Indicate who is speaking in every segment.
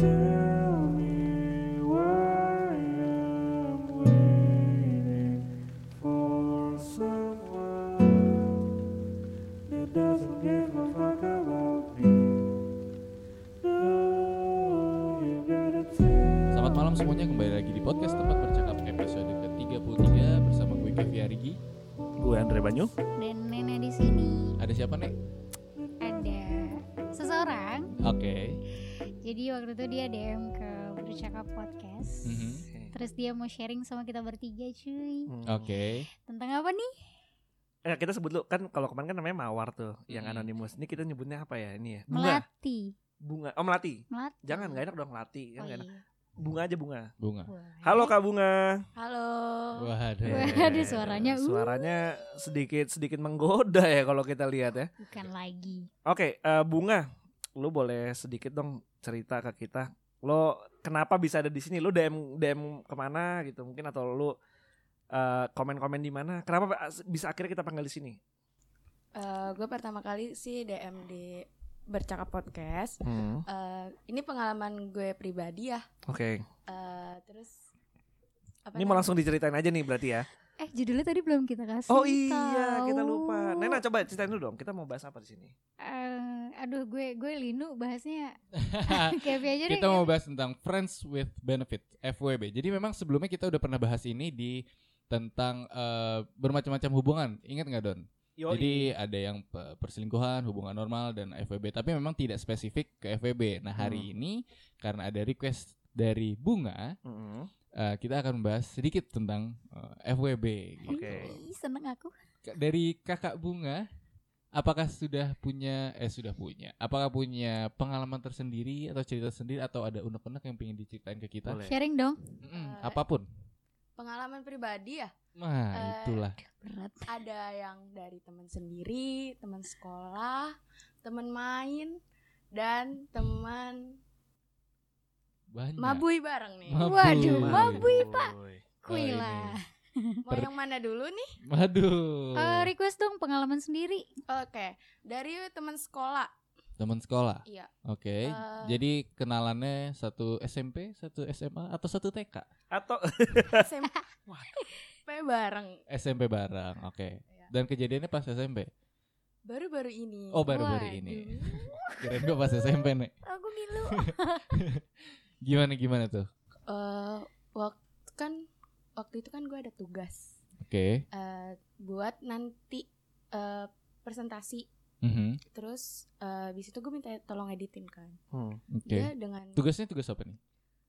Speaker 1: tell me why I'm waiting for someone that doesn't give a fuck about me. No, you gotta tell.
Speaker 2: Selamat malam semuanya, kembali lagi di podcast tempat bercakap episode ke-33 bersama gue Kevi Arigi.
Speaker 1: Gue Andre Banyu.
Speaker 3: Dan Nena di sini.
Speaker 2: Ada siapa nih?
Speaker 3: Ada seseorang.
Speaker 2: Oke.
Speaker 3: Jadi waktu itu dia DM ke Bercakap Podcast. Terus dia mau sharing sama kita bertiga, cuy.
Speaker 2: Oke.
Speaker 3: Tentang apa nih?
Speaker 1: Kita sebut dulu kan, kalau kemarin kan namanya Mawar tuh, yang anonimus. Ini kita nyebutnya apa ya ini ya? Bunga.
Speaker 3: Melati.
Speaker 1: Bunga. Oh, Melati.
Speaker 3: Melati.
Speaker 1: Jangan, gak enak dong Melati. Kan
Speaker 3: Oh,
Speaker 1: gak enak.
Speaker 3: iya.
Speaker 1: Bunga aja Bunga.
Speaker 2: Bunga.
Speaker 3: Wah.
Speaker 1: Halo Kak Bunga.
Speaker 4: Halo.
Speaker 2: Waduh.
Speaker 3: Waduh, suaranya,
Speaker 1: Suaranya sedikit menggoda ya kalau kita lihat ya.
Speaker 3: Bukan lagi.
Speaker 1: Oke, Bunga, lu boleh sedikit dong cerita ke kita. Lo kenapa bisa ada di sini? Lu DM kemana gitu mungkin, atau lu komen-komen di mana? Kenapa bisa akhirnya kita panggil di sini?
Speaker 4: Gue pertama kali sih DM di Bercakap Podcast. Ini pengalaman gue pribadi ya.
Speaker 1: Oke.
Speaker 4: Terus apa
Speaker 1: Ini mau langsung diceritain aja nih berarti ya.
Speaker 3: Judulnya tadi belum kita kasih.
Speaker 1: Oh iya,
Speaker 3: tahu.
Speaker 1: kita lupa. Nena coba ceritain dulu dong. Kita mau bahas apa di sini?
Speaker 3: Aduh, gue linu bahasnya. Kevi aja deh.
Speaker 2: Kita mau bahas tentang Friends with Benefit, FWB. Jadi memang sebelumnya kita udah pernah bahas ini di tentang bermacam-macam hubungan. Ingat nggak Don?
Speaker 1: Yoi.
Speaker 2: Jadi ada yang perselingkuhan, hubungan normal, dan FWB. Tapi memang tidak spesifik ke FWB. Nah hari ini karena ada request dari Bunga, kita akan membahas sedikit tentang FWB. Gitu.
Speaker 1: Oke.
Speaker 3: Ih, seneng aku.
Speaker 2: Dari kakak Bunga, apakah apakah punya pengalaman tersendiri atau cerita sendiri, atau ada unek-unek yang pengen diceritain ke kita?
Speaker 1: Boleh.
Speaker 3: Sharing dong.
Speaker 2: Apapun.
Speaker 4: pengalaman pribadi ya.
Speaker 2: Nah itulah.
Speaker 3: Berat.
Speaker 4: Ada yang dari teman sendiri, teman sekolah, teman main, dan teman
Speaker 2: Banyak.
Speaker 4: mabui bareng nih.
Speaker 3: Waduh, mabui,
Speaker 1: Pak.
Speaker 3: Kuy
Speaker 2: ini.
Speaker 3: lah.
Speaker 4: Mau yang mana dulu nih?
Speaker 2: Waduh.
Speaker 3: Request dong pengalaman sendiri.
Speaker 4: Oke, dari teman sekolah.
Speaker 2: Teman sekolah.
Speaker 4: Iya.
Speaker 2: Oke. Jadi kenalannya satu SMP, satu SMA, atau satu TK?
Speaker 1: Atau
Speaker 4: SMP bareng.
Speaker 2: SMP bareng. Oke.
Speaker 4: Iya.
Speaker 2: Dan kejadiannya pas SMP.
Speaker 4: Baru-baru ini.
Speaker 2: Oh baru-baru
Speaker 3: Waduh.
Speaker 2: ini. Kirain gue pas SMP nih.
Speaker 3: Aku ngilu.
Speaker 2: Gimana tuh?
Speaker 4: Waktu itu kan gue ada tugas
Speaker 2: Oke.
Speaker 4: buat nanti presentasi. Terus abis itu gue minta tolong editin kan.
Speaker 2: Oke.
Speaker 4: Dia dengan
Speaker 2: Tugasnya tugas apa nih?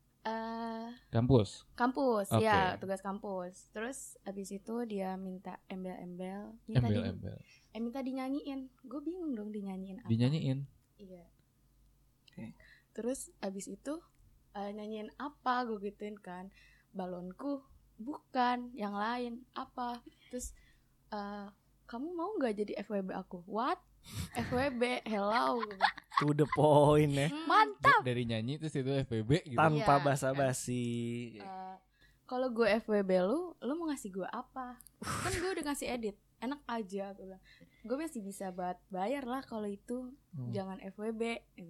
Speaker 2: Kampus.
Speaker 4: kampus,
Speaker 2: Oke.
Speaker 4: ya tugas kampus. Terus abis itu dia minta embel-embel,
Speaker 2: Embel-embel.
Speaker 4: minta dinyanyiin. Gue bingung dong dinyanyiin apa.
Speaker 2: Dinyanyiin.
Speaker 4: Iya.
Speaker 1: Oke.
Speaker 4: Terus abis itu nyanyiin apa, gue gituin kan. Balonku bukan, yang lain apa. Terus kamu mau nggak jadi FWB aku? What? FWB, hello.
Speaker 1: to the point ya.
Speaker 3: Mantap.
Speaker 2: Dari nyanyi terus itu FBB gitu.
Speaker 1: Tanpa
Speaker 4: Iya,
Speaker 1: basa-basi.
Speaker 4: Kalau gue FWB lu mau ngasih gue apa? Kan gue udah ngasih edit, enak aja gue bilang. Gue masih bisa bayar lah kalau itu, jangan FWB gitu.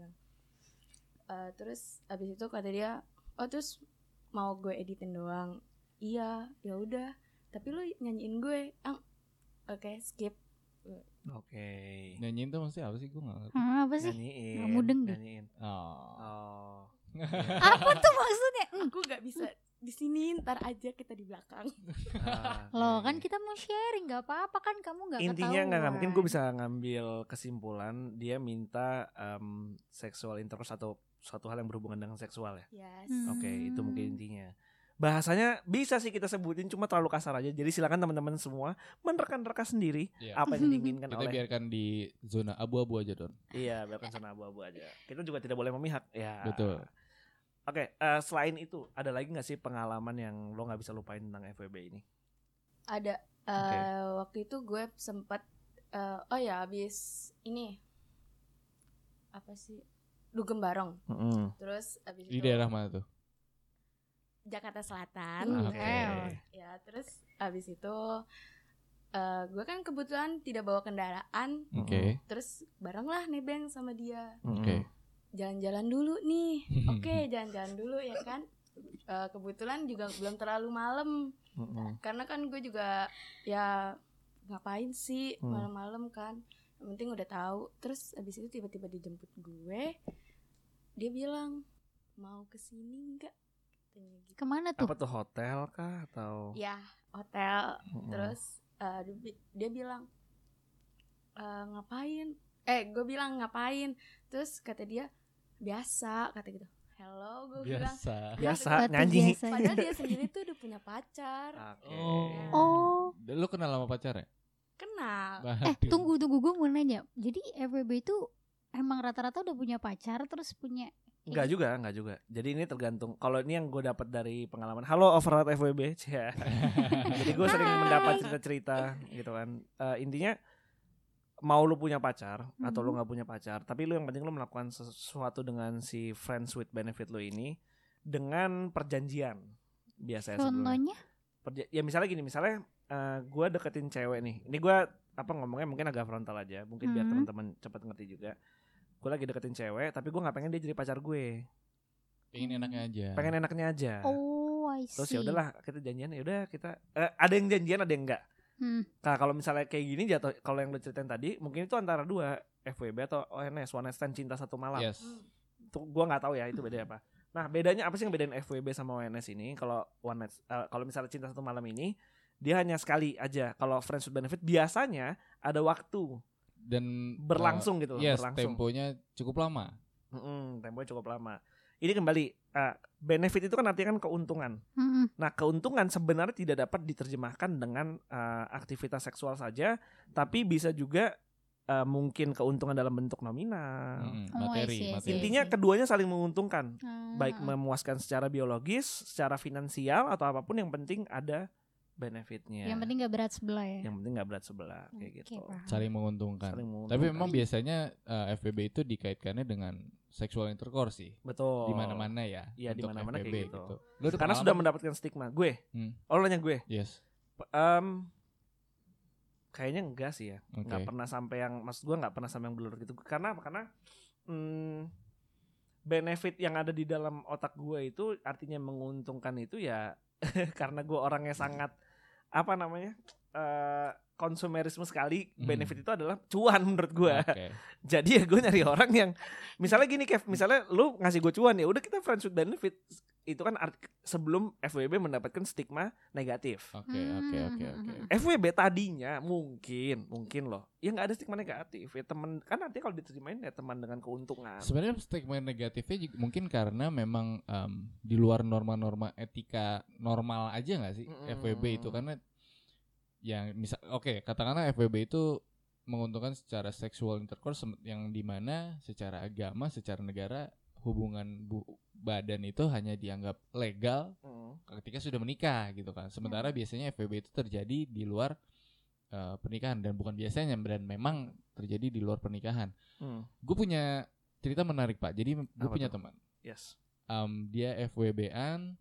Speaker 4: Terus abis itu kata dia, oh terus mau gue editin doang. Iya, ya udah. Tapi lu nyanyiin gue. Oke, skip.
Speaker 1: Oke.
Speaker 2: Nyanyiin tuh maksudnya apa sih? Gue gak ngerti.
Speaker 3: Apa sih?
Speaker 1: Nyanyiin.
Speaker 3: Nggak mudeng deh.
Speaker 1: Nyanyiin.
Speaker 2: Oh.
Speaker 3: Apa tuh maksudnya?
Speaker 4: Aku gak bisa di sini, ntar aja kita di belakang.
Speaker 3: Loh kan kita mau sharing, nggak apa-apa kan, kamu nggak ketahuan.
Speaker 1: Intinya nggak mungkin gue bisa ngambil kesimpulan dia minta sexual intercourse atau suatu hal yang berhubungan dengan seksual ya.
Speaker 4: Yes.
Speaker 1: Oke, itu mungkin intinya. Bahasanya bisa sih kita sebutin, cuma terlalu kasar aja. Jadi silakan teman-teman semua menerka-nerka sendiri
Speaker 2: Iya.
Speaker 1: apa yang diinginkan
Speaker 2: Kita
Speaker 1: oleh.
Speaker 2: biarkan di zona abu-abu aja Don.
Speaker 1: Iya, biarkan zona abu-abu aja. Kita juga tidak boleh memihak. Ya.
Speaker 2: Betul.
Speaker 1: Oke, selain itu ada lagi nggak sih pengalaman yang lo nggak bisa lupain tentang FWB ini?
Speaker 4: Ada.
Speaker 1: Oke.
Speaker 4: Waktu itu gue sempat abis ini apa sih, dugem bareng. Terus abis
Speaker 2: Di
Speaker 4: itu
Speaker 2: daerah mana tuh?
Speaker 4: Jakarta Selatan.
Speaker 1: Oke.
Speaker 4: Ya terus abis itu gue kan kebetulan tidak bawa kendaraan.
Speaker 2: Oke.
Speaker 4: Terus bareng lah nebeng sama dia.
Speaker 2: Oke.
Speaker 4: jalan-jalan dulu nih. Oke, jalan-jalan dulu ya kan. Kebetulan juga belum terlalu malam. Karena kan gue juga ya ngapain sih malam-malam kan. Yang penting udah tahu. Terus abis itu tiba-tiba dijemput gue. Dia bilang, "Mau kesini enggak?" Katanya gitu.
Speaker 3: Kemana tuh?
Speaker 1: Apa tuh, hotel kah atau?
Speaker 4: Ya, hotel. Terus dia bilang, ngapain? Gue bilang ngapain? Terus kata dia, biasa, kata gitu. Hello, gue bilang
Speaker 1: biasa nyanyi.
Speaker 4: Padahal dia sendiri tuh udah punya pacar.
Speaker 3: Oh.
Speaker 2: Lu kenal sama pacarnya?
Speaker 4: Kenal.
Speaker 3: Tunggu gue mau nanya. Jadi FWB itu emang rata-rata udah punya pacar terus punya?
Speaker 1: Enggak juga. Jadi ini tergantung. Kalau ini yang gue dapat dari pengalaman. Halo overhead FWB. Jadi gue sering mendapat cerita-cerita gitu kan. Intinya mau lu punya pacar atau lu nggak punya pacar, tapi lu yang penting lu melakukan sesuatu dengan si friends with benefit lu ini dengan perjanjian biasanya.
Speaker 3: Contohnya?
Speaker 1: Ya misalnya gini, gue deketin cewek nih. Ini gue ngomongnya mungkin agak frontal aja, mungkin biar teman-teman cepat ngerti juga. Gue lagi deketin cewek, tapi gue nggak pengen dia jadi pacar gue.
Speaker 2: Pengen enaknya aja.
Speaker 3: Oh, I see.
Speaker 1: Terus ya udahlah, kita janjian, ya udah kita ada yang janjian, ada yang enggak. Nah kalau misalnya kayak gini jatuh, kalau yang lu ceritain tadi mungkin itu antara dua, FWB atau ONS, one night stand cinta satu malam.
Speaker 2: Yes.
Speaker 1: Itu gue nggak tahu ya itu beda apa. Nah bedanya apa sih yang bedain FWB sama ONS ini? Kalau kalau misalnya cinta satu malam ini dia hanya sekali aja. Kalau friends with benefit biasanya ada waktu
Speaker 2: dan
Speaker 1: berlangsung gitu.
Speaker 2: Yes,
Speaker 1: berlangsung.
Speaker 2: temponya cukup lama.
Speaker 1: Temponya cukup lama. Ini kembali benefit itu kan artinya kan keuntungan. Nah keuntungan sebenarnya tidak dapat diterjemahkan dengan aktivitas seksual saja, tapi bisa juga mungkin keuntungan dalam bentuk nominal,
Speaker 2: materi.
Speaker 1: Intinya keduanya saling menguntungkan, baik memuaskan secara biologis, secara finansial atau apapun, yang penting ada benefitnya.
Speaker 3: Yang penting nggak berat sebelah ya.
Speaker 1: Yang penting nggak berat sebelah kayak gitu.
Speaker 2: Saling menguntungkan. Tapi memang biasanya FWB itu dikaitkannya dengan sexual intercourse sih.
Speaker 1: Betul.
Speaker 2: Di mana-mana ya.
Speaker 1: Iya, di mana-mana kayak gitu.
Speaker 2: Karena
Speaker 1: sudah mendapatkan stigma. Gue. Oh, lo nanya gue.
Speaker 2: Yes.
Speaker 1: Kayaknya enggak sih ya. Enggak pernah sampai yang, maksud gue enggak pernah sampai yang blur gitu. Karena apa? Karena benefit yang ada di dalam otak gue itu artinya menguntungkan itu ya karena gue orangnya sangat konsumerisme sekali. Benefit itu adalah cuan menurut gue. Jadi ya gue nyari orang yang misalnya gini, Kev, misalnya lu ngasih gue cuan, ya udah kita friends with benefit. Itu kan sebelum FWB mendapatkan stigma negatif.
Speaker 2: Oke.
Speaker 1: FWB tadinya mungkin loh, ya nggak ada stigma negatif ya, teman kan, artinya kalau diterjemahin ya teman dengan keuntungan.
Speaker 2: Sebenarnya stigma negatifnya juga mungkin karena memang di luar norma-norma etika normal aja nggak sih FWB itu, karena yang katakanlah FWB itu menguntungkan secara sexual intercourse, yang dimana secara agama, secara negara hubungan badan itu hanya dianggap legal ketika sudah menikah gitu kan. Sementara biasanya FWB itu terjadi di luar pernikahan, dan bukan biasanya, dan memang terjadi di luar pernikahan. Gue punya cerita menarik, Pak. Jadi gue punya teman.
Speaker 1: Yes.
Speaker 2: Dia FWB-an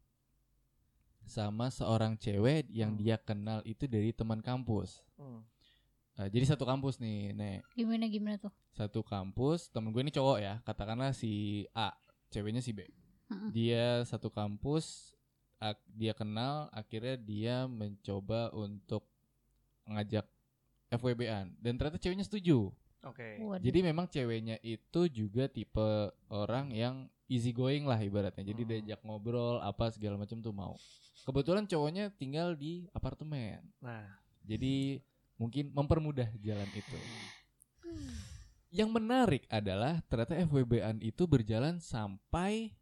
Speaker 2: sama seorang cewek yang dia kenal itu dari teman kampus. Jadi satu kampus nih, Nek.
Speaker 3: Gimana tuh?
Speaker 2: Satu kampus, temen gue ini cowok ya, katakanlah si A, ceweknya si B. Dia satu kampus, dia kenal, akhirnya dia mencoba untuk ngajak FWB-an, dan ternyata ceweknya setuju. Jadi memang ceweknya itu juga tipe orang yang easy going lah ibaratnya. Jadi diajak ngobrol apa segala macam tuh mau. Kebetulan cowoknya tinggal di apartemen. Nah, jadi mungkin mempermudah jalan itu. Yang menarik adalah ternyata FWB-an itu berjalan sampai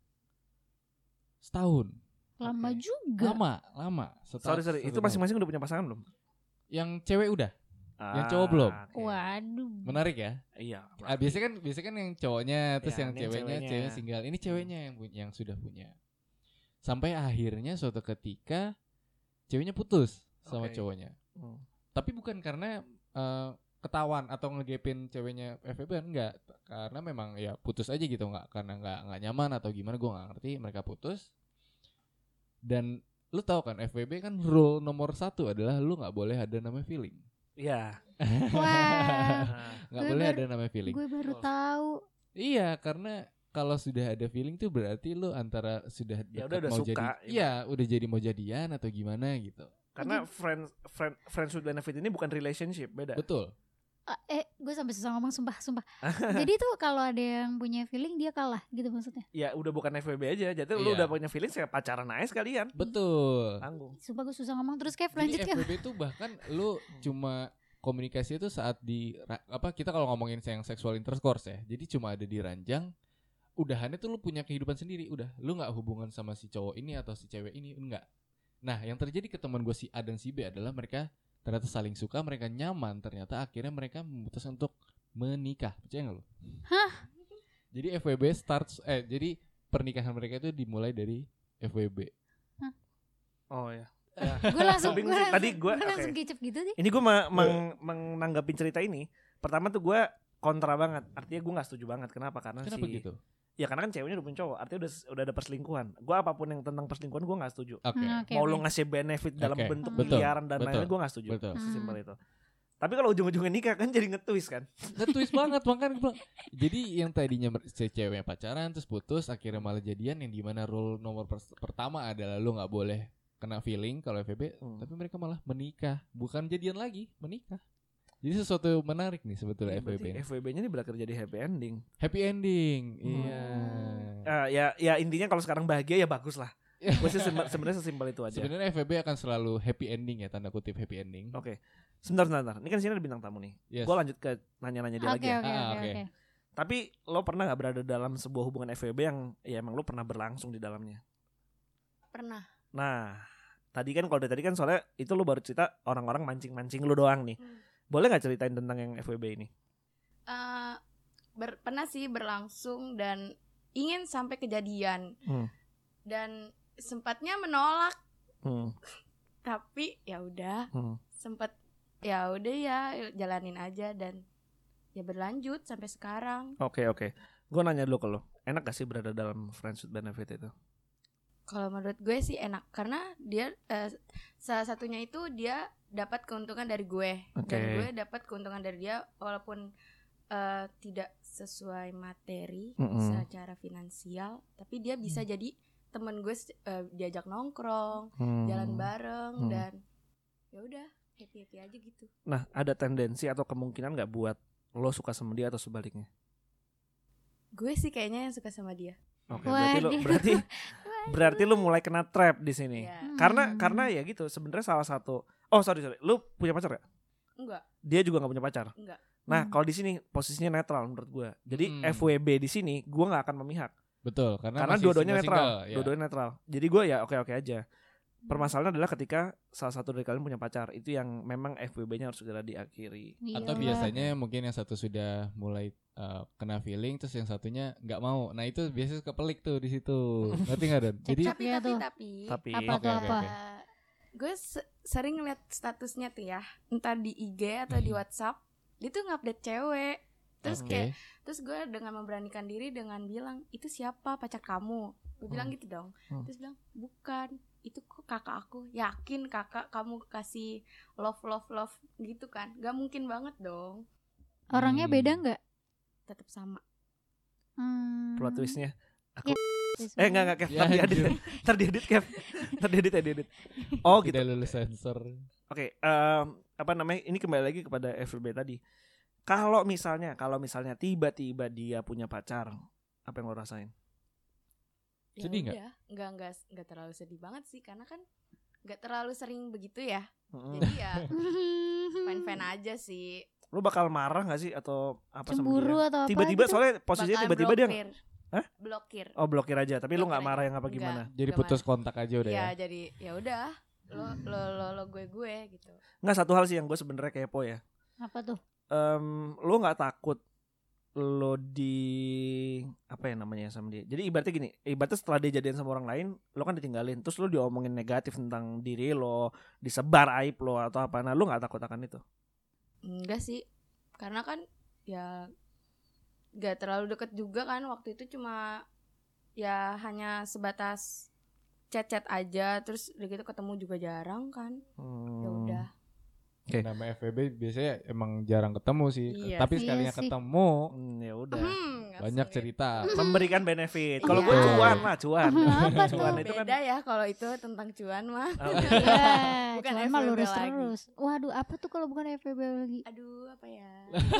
Speaker 2: setahun.
Speaker 3: Lama juga.
Speaker 2: Lama.
Speaker 1: Sorry, itu masing-masing udah punya pasangan belum?
Speaker 2: Yang cewek udah. Yang cowok belum.
Speaker 3: Waduh.
Speaker 2: Menarik ya?
Speaker 1: Iya.
Speaker 2: Biasanya kan yang cowoknya, terus yang ceweknya single. Ini ceweknya yang sudah punya. Sampai akhirnya suatu ketika ceweknya putus sama cowoknya. Tapi bukan karena ketahuan atau ngegepin ceweknya FWB, enggak. Karena memang ya putus aja gitu, enggak karena enggak nyaman atau gimana, gue enggak ngerti. Mereka putus. Dan lu tahu kan FWB kan rule nomor 1 adalah lu enggak boleh ada namanya feeling.
Speaker 1: Iya.
Speaker 3: Wah.
Speaker 2: Enggak boleh ada namanya feeling.
Speaker 3: Gue baru tahu.
Speaker 2: Iya, karena kalau sudah ada feeling tuh berarti lu antara sudah
Speaker 1: Ya
Speaker 2: dekat
Speaker 1: udah
Speaker 2: mau
Speaker 1: suka,
Speaker 2: jadi, iya udah jadi mau jadian atau gimana gitu.
Speaker 1: Karena friends with benefit ini bukan relationship, beda.
Speaker 2: Betul.
Speaker 3: Gue sampai susah ngomong, sumpah. Jadi tuh kalau ada yang punya feeling dia kalah gitu maksudnya.
Speaker 1: Ya udah bukan FWB aja, jadi lu udah punya feeling saya pacaran aja sekalian.
Speaker 2: Betul.
Speaker 1: Tanggung.
Speaker 3: Sumpah gue susah ngomong terus kayak
Speaker 2: Jadi
Speaker 3: lanjut Kev.
Speaker 2: FWB tuh bahkan lu cuma komunikasi itu saat di kita kalau ngomongin yang sexual intercourse ya. Jadi cuma ada di ranjang. Udahannya tuh lu punya kehidupan sendiri. Udah, lu gak hubungan sama si cowok ini atau si cewek ini, enggak. Nah, yang terjadi ke teman gue si A dan si B adalah mereka ternyata saling suka, mereka nyaman, ternyata akhirnya mereka memutuskan untuk menikah. Percaya gak lu?
Speaker 3: Hah?
Speaker 2: Jadi FWB jadi pernikahan mereka itu dimulai dari FWB.
Speaker 3: Hah?
Speaker 1: Oh ya.
Speaker 3: Gue langsung
Speaker 1: Oke.
Speaker 3: kicep gitu sih.
Speaker 1: Ini gue menanggapin cerita ini. Pertama tuh gue kontra banget. Artinya gue gak setuju banget. Kenapa? Karena
Speaker 2: gitu?
Speaker 1: Ya karena kan ceweknya udah punya cowok. Artinya udah ada perselingkuhan. Gue apapun yang tentang perselingkuhan gue gak setuju. Mau lu ngasih benefit dalam bentuk miliaran dan lain-lain, gue gak setuju. Sesimpel itu. Tapi kalau ujung-ujungnya nikah kan jadi nge-twist kan.
Speaker 2: Nge-twist banget makanya. Jadi yang tadinya ceweknya pacaran terus putus, akhirnya malah jadian, yang dimana rule nomor pertama adalah lu gak boleh kena feeling kalau FWB. Tapi mereka malah menikah. Bukan jadian lagi, menikah. Jadi sesuatu menarik nih sebetulnya FWB.
Speaker 1: FWB-nya ini berakhir jadi happy ending.
Speaker 2: Happy ending, iya.
Speaker 1: Ya intinya kalau sekarang bahagia ya bagus lah. Gue sih sebenarnya sesimpel itu aja.
Speaker 2: Sebenarnya FWB akan selalu happy ending ya, tanda kutip happy ending.
Speaker 1: Oke. Sebentar. Ini kan sini ada bintang tamu nih.
Speaker 2: Yes.
Speaker 1: Gue lanjut ke nanya-nanya dia lagi.
Speaker 3: Oke.
Speaker 1: Tapi lo pernah gak berada dalam sebuah hubungan FWB yang ya emang lo pernah berlangsung di dalamnya?
Speaker 4: Pernah.
Speaker 1: Nah, tadi kan soalnya itu lo baru cerita orang-orang mancing-mancing lo doang nih. Boleh gak ceritain tentang yang FWB ini?
Speaker 4: Pernah sih berlangsung dan ingin sampai kejadian. Dan sempatnya menolak. Tapi ya udah, sempat ya udah ya jalanin aja dan ya berlanjut sampai sekarang.
Speaker 1: Oke. Gue nanya dulu ke lo, enak gak sih berada dalam friends with benefit itu?
Speaker 4: Kalau menurut gue sih enak karena dia salah satunya itu dia dapat keuntungan dari gue dan gue dapat keuntungan dari dia walaupun tidak sesuai materi secara finansial, tapi dia bisa jadi temen gue, diajak nongkrong, jalan bareng dan ya udah happy aja gitu.
Speaker 1: Nah, ada tendensi atau kemungkinan nggak buat lo suka sama dia atau sebaliknya?
Speaker 4: Gue sih kayaknya yang suka sama dia.
Speaker 1: Oke, berarti lu mulai kena trap di sini.
Speaker 4: Yeah.
Speaker 1: Karena ya gitu, sebenarnya salah satu. Oh, sorry. Lu punya pacar gak?
Speaker 4: Enggak.
Speaker 1: Dia juga gak punya pacar.
Speaker 4: Enggak.
Speaker 1: Nah, kalau di sini posisinya netral menurut gue. Jadi FWB di sini gue nggak akan memihak.
Speaker 2: Betul, karena
Speaker 1: dua-duanya netral.
Speaker 2: Ya.
Speaker 1: Dua-duanya netral. Jadi gue ya oke aja. Permasalahannya adalah ketika salah satu dari kalian punya pacar, itu yang memang FWB-nya harus segera diakhiri.
Speaker 2: Atau biasanya mungkin yang satu sudah mulai kena feeling, terus yang satunya nggak mau. Nah itu biasanya kepelik tuh di situ. Ngerti nggak Dan? Jadi
Speaker 4: tapi
Speaker 3: apa?
Speaker 4: Gue sering ngeliat statusnya tuh ya, entah di IG atau di WhatsApp, dia tuh ngupdate cewek. Terus gue dengan memberanikan diri dengan bilang, itu siapa pacar kamu? Gue bilang gitu dong. Terus bilang bukan, itu kok kakak aku. Yakin kakak kamu kasih love gitu kan? Gak mungkin banget dong.
Speaker 3: Orangnya beda nggak?
Speaker 4: Tetap sama.
Speaker 1: Plot twistnya
Speaker 3: aku
Speaker 1: enggak Kev, ntar diedit Kev. Oh gitu.
Speaker 2: Tidak lulus sensor.
Speaker 1: Oke, ini kembali lagi kepada FWB tadi. Kalau misalnya tiba-tiba dia punya pacar, apa yang lo rasain?
Speaker 4: Ya
Speaker 2: sedih
Speaker 4: nggak terlalu sedih banget sih, karena kan nggak terlalu sering begitu ya. Jadi ya fan aja sih.
Speaker 1: Lu bakal marah nggak sih atau apa?
Speaker 3: Cemburu atau apa?
Speaker 1: Tiba-tiba gitu? Soalnya posisinya tiba-tiba dia
Speaker 4: blokir.
Speaker 1: Oh, blokir aja. Tapi lu nggak marah yang apa gimana?
Speaker 2: Jadi putus kontak aja udah ya.
Speaker 4: Iya, jadi ya udah lo gue gitu.
Speaker 1: Nggak, satu hal sih yang gue sebenarnya kepo ya.
Speaker 3: Apa tuh?
Speaker 1: Lo nggak takut lo apa ya namanya sama dia? Jadi ibaratnya setelah dia jadian sama orang lain, lo kan ditinggalin, terus lo diomongin negatif tentang diri lo, disebar aib lo atau apa? Nah, lo nggak takut akan itu?
Speaker 4: Enggak sih, karena kan ya nggak terlalu deket juga kan, waktu itu cuma ya hanya sebatas chat aja, terus udah gitu ketemu juga jarang kan. Ya udah.
Speaker 2: Nama FWB biasanya emang jarang ketemu sih.
Speaker 4: Iya,
Speaker 2: tapi sekalinya ketemu
Speaker 1: ya udah.
Speaker 2: banyak cerita.
Speaker 1: Memberikan benefit. Kalau
Speaker 4: Iya.
Speaker 1: gue cuan lah, cuan.
Speaker 3: Apa tuh?
Speaker 1: Cuan itu kan
Speaker 4: Beda ya kalau itu tentang cuan mah.
Speaker 3: Ya,
Speaker 4: Bukan
Speaker 3: cuman mah
Speaker 4: FWB
Speaker 3: lurus
Speaker 4: lagi.
Speaker 3: terus. Waduh, apa tuh kalau bukan FWB lagi?
Speaker 4: Aduh, apa ya?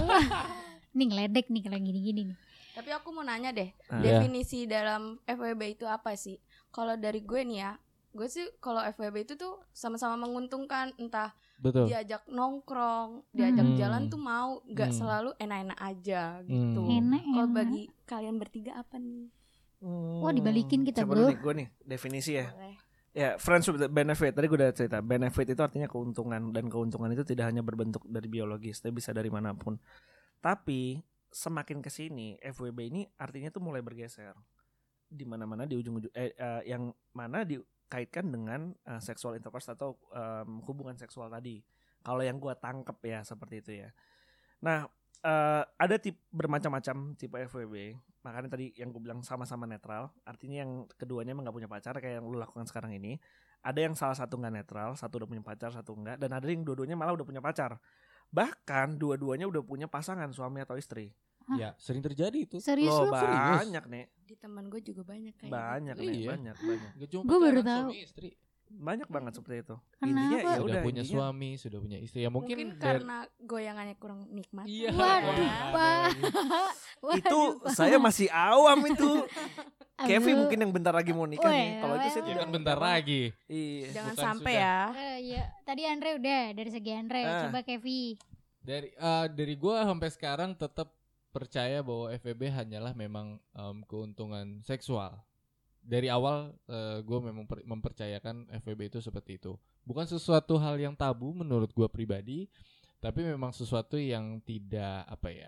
Speaker 3: Nih ngeledek nih kalau gini-gini nih.
Speaker 4: Tapi aku mau nanya deh,
Speaker 1: Ah.
Speaker 4: definisi dalam FWB itu apa sih? Kalau dari gue nih ya, gue sih kalau FWB itu tuh sama-sama menguntungkan, entah
Speaker 2: Betul.
Speaker 4: diajak nongkrong, diajak
Speaker 2: Hmm.
Speaker 4: jalan tuh mau, gak
Speaker 2: Hmm.
Speaker 4: selalu enak-enak aja gitu.
Speaker 2: Hmm.
Speaker 4: Kalau
Speaker 3: Enak.
Speaker 4: bagi kalian bertiga apa nih?
Speaker 3: Wah, dibalikin kita,
Speaker 1: Coba
Speaker 3: bro.
Speaker 1: dulu nih, gue nih definisi ya.
Speaker 4: Boleh.
Speaker 1: Ya, friends with benefit. Tadi gue udah cerita. Benefit itu artinya keuntungan, dan keuntungan itu tidak hanya berbentuk dari biologis, tapi bisa dari manapun. Tapi semakin kesini FWB ini artinya tuh mulai bergeser. Di mana-mana di ujung-ujung yang mana dikaitkan dengan sexual intercourse atau hubungan seksual tadi. Kalau yang gue tangkep ya seperti itu ya. Nah, ada bermacam-macam tipe FWB. Makanya tadi yang gue bilang sama-sama netral. Artinya yang keduanya emang gak punya pacar kayak yang lu lakukan sekarang ini. Ada yang salah satu gak netral, satu udah punya pacar, satu enggak. Dan ada yang dua-duanya malah udah punya pacar. Bahkan dua-duanya udah punya pasangan, suami atau istri.
Speaker 2: Ya, sering terjadi itu.
Speaker 3: Serius
Speaker 1: Loh,
Speaker 3: lu?
Speaker 1: banyak nih.
Speaker 4: Di teman gue juga banyak kayak
Speaker 1: Banyak
Speaker 4: gitu.
Speaker 1: nih,
Speaker 2: Iya.
Speaker 1: banyak.
Speaker 2: Gak cuma
Speaker 3: Gua baru
Speaker 2: pacaran,
Speaker 3: tahu.
Speaker 2: suami istri.
Speaker 1: Banyak banget seperti itu.
Speaker 3: Kenapa?
Speaker 1: Intinya ya
Speaker 2: Sudah
Speaker 1: udah
Speaker 2: punya
Speaker 1: intinya
Speaker 2: suami, sudah punya istri. Ya
Speaker 4: Mungkin,
Speaker 2: mungkin
Speaker 4: karena goyangannya kurang nikmat.
Speaker 2: Iya.
Speaker 3: Waduh, Pak.
Speaker 1: itu
Speaker 3: Waduh,
Speaker 1: saya masih awam itu.
Speaker 3: Pak.
Speaker 1: Kevin
Speaker 3: Aduh.
Speaker 1: mungkin yang bentar lagi mau nikah nih.
Speaker 3: Weh,
Speaker 1: Kalau itu saya
Speaker 3: weh,
Speaker 2: Ya
Speaker 1: tidak
Speaker 2: kan bentar lagi.
Speaker 1: Iya.
Speaker 4: Jangan
Speaker 2: Bukan
Speaker 4: sampai
Speaker 2: sudah.
Speaker 4: ya.
Speaker 3: Ya, tadi Andre udah dari segi Andre,
Speaker 1: Ah.
Speaker 3: coba Kevi.
Speaker 2: Dari gua sampai sekarang tetap percaya bahwa FWB hanyalah memang keuntungan seksual. Dari awal gue memang mempercayakan FWB itu seperti itu. Bukan sesuatu hal yang tabu menurut gue pribadi, tapi memang sesuatu yang tidak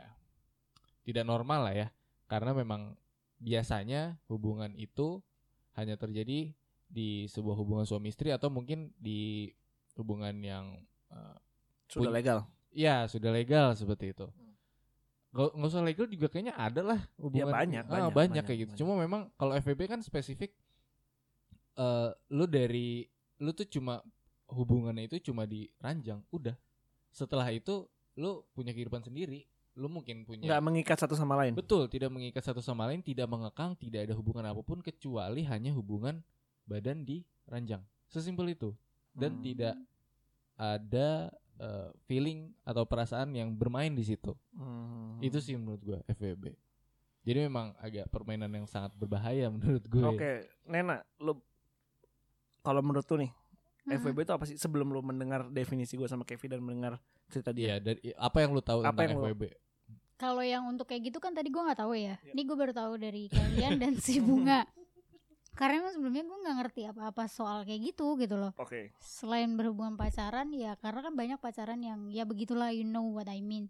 Speaker 2: tidak normal lah ya. Karena memang biasanya hubungan itu hanya terjadi di sebuah hubungan suami istri atau mungkin di hubungan yang
Speaker 1: Sudah legal.
Speaker 2: ya sudah legal seperti itu. Nggak usah legal juga kayaknya ada lah hubungan.
Speaker 1: Ya, banyak
Speaker 2: banyak kayak gitu.
Speaker 1: banyak.
Speaker 2: Cuma memang kalau FWB kan spesifik, lu tuh cuma hubungannya itu cuma di ranjang, udah. Setelah itu lu punya kehidupan sendiri, lu mungkin punya.
Speaker 1: Nggak mengikat satu sama lain.
Speaker 2: Betul, tidak mengikat satu sama lain, tidak mengekang, tidak ada hubungan apapun kecuali hanya hubungan badan di ranjang. Sesimpel itu. Dan tidak ada feeling atau perasaan yang bermain di situ. Itu sih menurut gue FWB. Jadi memang agak permainan yang sangat berbahaya menurut gue.
Speaker 1: Oke, Nena, lu kalau menurut lu nih FWB itu apa sih? Sebelum lu mendengar definisi gue sama Kevin dan mendengar cerita dia.
Speaker 2: Iya, dari apa yang lu tahu
Speaker 1: Apa
Speaker 2: tentang
Speaker 1: yang lu-
Speaker 2: FWB?
Speaker 3: Kalau yang untuk kayak gitu kan tadi gue nggak tahu ya. Ini gue baru tahu dari kalian dan si Bunga. Karena emang sebelumnya gue nggak ngerti apa-apa soal kayak gitu loh.
Speaker 1: Oke.
Speaker 3: Selain berhubungan pacaran ya, karena kan banyak pacaran yang ya begitulah, you know what I mean.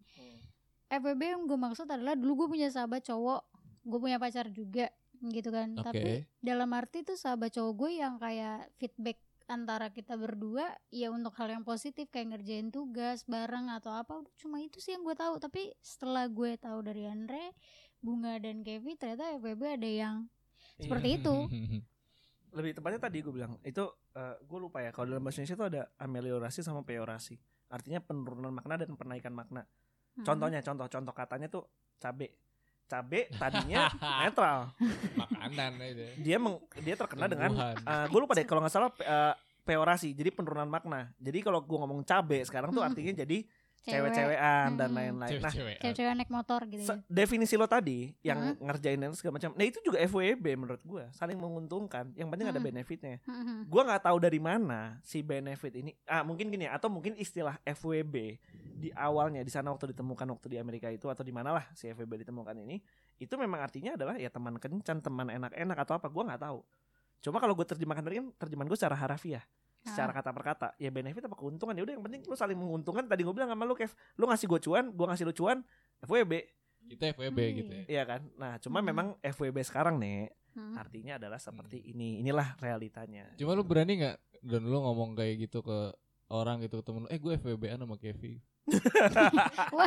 Speaker 3: FWB yang gue maksud adalah dulu gue punya sahabat cowok, gue punya pacar juga gitu kan.
Speaker 2: Oke.
Speaker 3: Tapi dalam arti tuh sahabat cowok gue yang kayak feedback antara kita berdua ya untuk hal yang positif kayak ngerjain tugas bareng atau apa, cuma itu sih yang gue tahu. Tapi setelah gue tahu dari Andre, Bunga dan Kevin, ternyata FWB ada yang seperti itu.
Speaker 1: Lebih tepatnya tadi gue bilang itu gue lupa ya, kalau dalam bahasa Indonesia itu ada ameliorasi sama peorasi. Artinya penurunan makna dan penaikan makna. Contohnya contoh katanya tuh cabe tadinya netral.
Speaker 2: Makanan itu.
Speaker 1: Dia terkena dengan
Speaker 2: Tumbuhan.
Speaker 1: gue lupa deh kalau nggak salah peorasi, jadi penurunan makna. Jadi kalau gue ngomong cabe sekarang tuh artinya jadi cewek-cewekan dan lain-lain. Nah,
Speaker 3: cewek-cewek naik motor gitu ya.
Speaker 1: definisi lo tadi yang ngerjain dan segala macam. Nah, itu juga FWB menurut gue, saling menguntungkan. Yang penting ada benefitnya. Gue nggak tahu dari mana si benefit ini. Mungkin gini ya, atau mungkin istilah FWB di awalnya di sana waktu ditemukan waktu di Amerika itu atau di mana lah si FWB ditemukan ini, itu memang artinya adalah ya teman kencan, teman enak-enak atau apa, gue nggak tahu. Cuma kalau gue terjemahkan tadi kan terjemahan gue secara harafiah. Secara kata per kata, ya benefit apa keuntungan, ya udah yang penting lu saling menguntungkan. Tadi gue bilang sama lu, Kev, lu ngasih gue cuan, gue ngasih lu cuan, FWB.
Speaker 2: Itu FWB gitu ya.
Speaker 1: Iya kan? Nah, cuma memang FWB sekarang nih artinya adalah seperti ini. Inilah realitanya.
Speaker 2: Cuma lu berani nggak dan lu ngomong kayak gitu ke orang gitu, ke temen lu, gue FWB-an sama Kevin.
Speaker 3: Wow.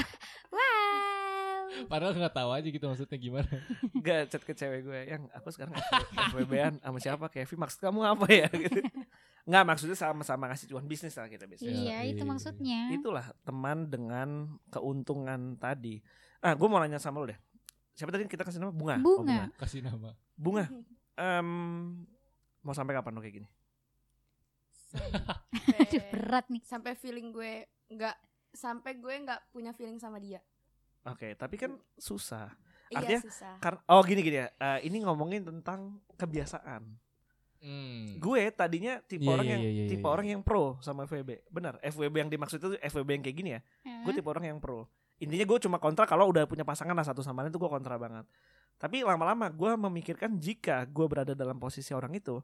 Speaker 2: Padahal nggak tahu aja gitu maksudnya gimana.
Speaker 1: Gak chat ke cewek gue, yang aku sekarang FWB-an sama siapa, Kevin, maksud kamu apa ya gitu. Nggak, maksudnya sama-sama ngasih cuan bisnis lah kita bisa.
Speaker 3: Iya, itu maksudnya.
Speaker 1: Itulah teman dengan keuntungan tadi. Gue mau nanya sama lu deh. siapa tadi kita kasih nama? Bunga.
Speaker 3: Bunga.
Speaker 2: Kasih nama.
Speaker 1: Bunga. Mau sampai kapan lo kayak gini?
Speaker 3: Aduh, berat nih.
Speaker 4: Sampai feeling gue nggak punya feeling sama dia.
Speaker 1: Oke, tapi kan susah.
Speaker 4: Iya,
Speaker 1: Artinya
Speaker 4: susah.
Speaker 1: gini ya. Ini ngomongin tentang kebiasaan. Gue tadinya tipe orang yang pro sama FWB. Benar, FWB yang dimaksud itu FWB yang kayak gini ya. Gue tipe orang yang pro. Intinya gue cuma kontra kalau udah punya pasangan lah satu sama lain, itu gue kontra banget. Tapi lama-lama gue memikirkan jika gue berada dalam posisi orang itu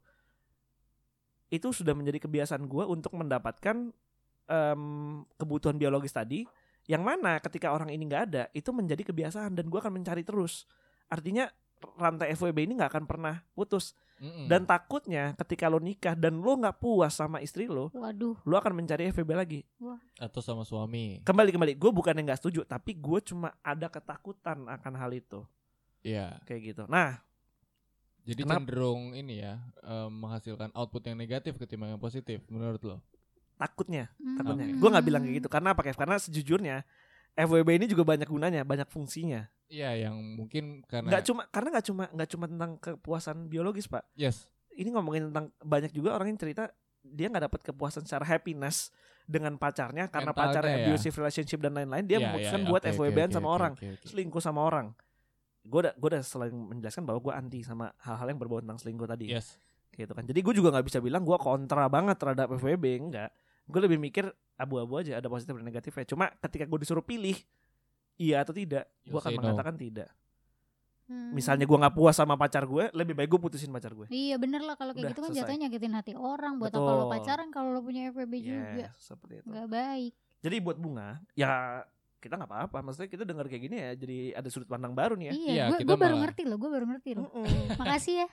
Speaker 1: sudah menjadi kebiasaan gue untuk mendapatkan kebutuhan biologis tadi, yang mana ketika orang ini nggak ada itu menjadi kebiasaan dan gue akan mencari terus. Artinya rantai FWB ini nggak akan pernah putus. Dan takutnya ketika lo nikah dan lo nggak puas sama istri lo,
Speaker 3: waduh,
Speaker 1: lo akan mencari FWB lagi.
Speaker 2: Atau sama suami.
Speaker 1: Kembali. Gue bukannya nggak setuju, tapi gue cuma ada ketakutan akan hal itu.
Speaker 2: Iya.
Speaker 1: Kayak gitu. Nah,
Speaker 2: jadi cenderung ini ya, menghasilkan output yang negatif ketimbang yang positif menurut lo?
Speaker 1: Takutnya. Gue nggak bilang kayak gitu. Karena apa, Kev? Karena sejujurnya FWB ini juga banyak gunanya, banyak fungsinya.
Speaker 2: Iya, yang mungkin karena
Speaker 1: nggak cuma tentang kepuasan biologis, Pak.
Speaker 2: Yes.
Speaker 1: Ini ngomongin tentang banyak juga orang yang cerita dia nggak dapat kepuasan secara happiness dengan pacarnya karena pacarnya abusive relationship dan lain-lain, dia memutuskan buat FWB-an sama orang, selingkuh sama orang. Gue udah selalu menjelaskan bahwa gue anti sama hal-hal yang berbau tentang selingkuh tadi.
Speaker 2: Yes.
Speaker 1: Gitu kan. Jadi gue juga nggak bisa bilang gue kontra banget terhadap FWB, enggak. Gue lebih mikir abu-abu aja, ada positif dan negatifnya. Cuma ketika gue disuruh pilih iya atau tidak, gue akan mengatakan tidak. Misalnya gue nggak puas sama pacar gue, lebih baik gue putusin pacar gue.
Speaker 3: Iya bener lah, kalau kayak gitu kan jatuhnya nyakitin hati orang. Buat
Speaker 1: Betul.
Speaker 3: apa lo pacaran kalau lo punya FWB juga?
Speaker 1: Seperti itu.
Speaker 3: Nggak baik.
Speaker 1: Jadi buat Bunga, ya kita nggak apa-apa. Maksudnya kita dengar kayak gini ya, jadi ada sudut pandang baru nih ya.
Speaker 3: Iya, gue baru ngerti loh. Makasih ya.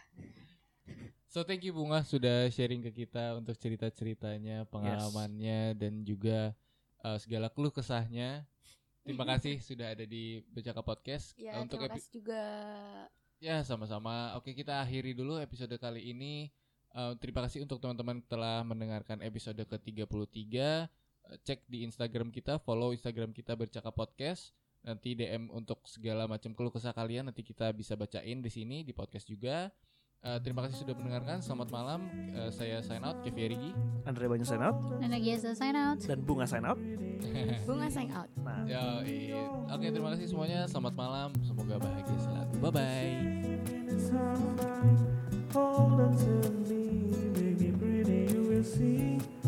Speaker 2: So thank you Bunga sudah sharing ke kita untuk cerita-ceritanya, pengalamannya, dan juga segala keluh kesahnya. Terima kasih sudah ada di Bercakap Podcast.
Speaker 4: Ya,
Speaker 2: untuk
Speaker 4: terima kasih juga.
Speaker 2: Ya, sama-sama. Oke, kita akhiri dulu episode kali ini. Terima kasih untuk teman-teman telah mendengarkan episode ke-33. Cek di Instagram kita, follow Instagram kita Bercakap Podcast. Nanti DM untuk segala macam keluh kesah kalian, nanti kita bisa bacain di sini di podcast juga. Terima kasih sudah mendengarkan. Selamat malam. Saya sign out, Kevi Erigi.
Speaker 1: Andre Banyu sign out.
Speaker 3: Nana Giasa sign out.
Speaker 1: Dan Bunga sign out.
Speaker 4: Bunga sign out.
Speaker 1: Nah.
Speaker 2: Oke, terima kasih semuanya. Selamat malam. Semoga bahagia selalu. Bye-bye.
Speaker 1: Hold on to me, make me pretty, you will see.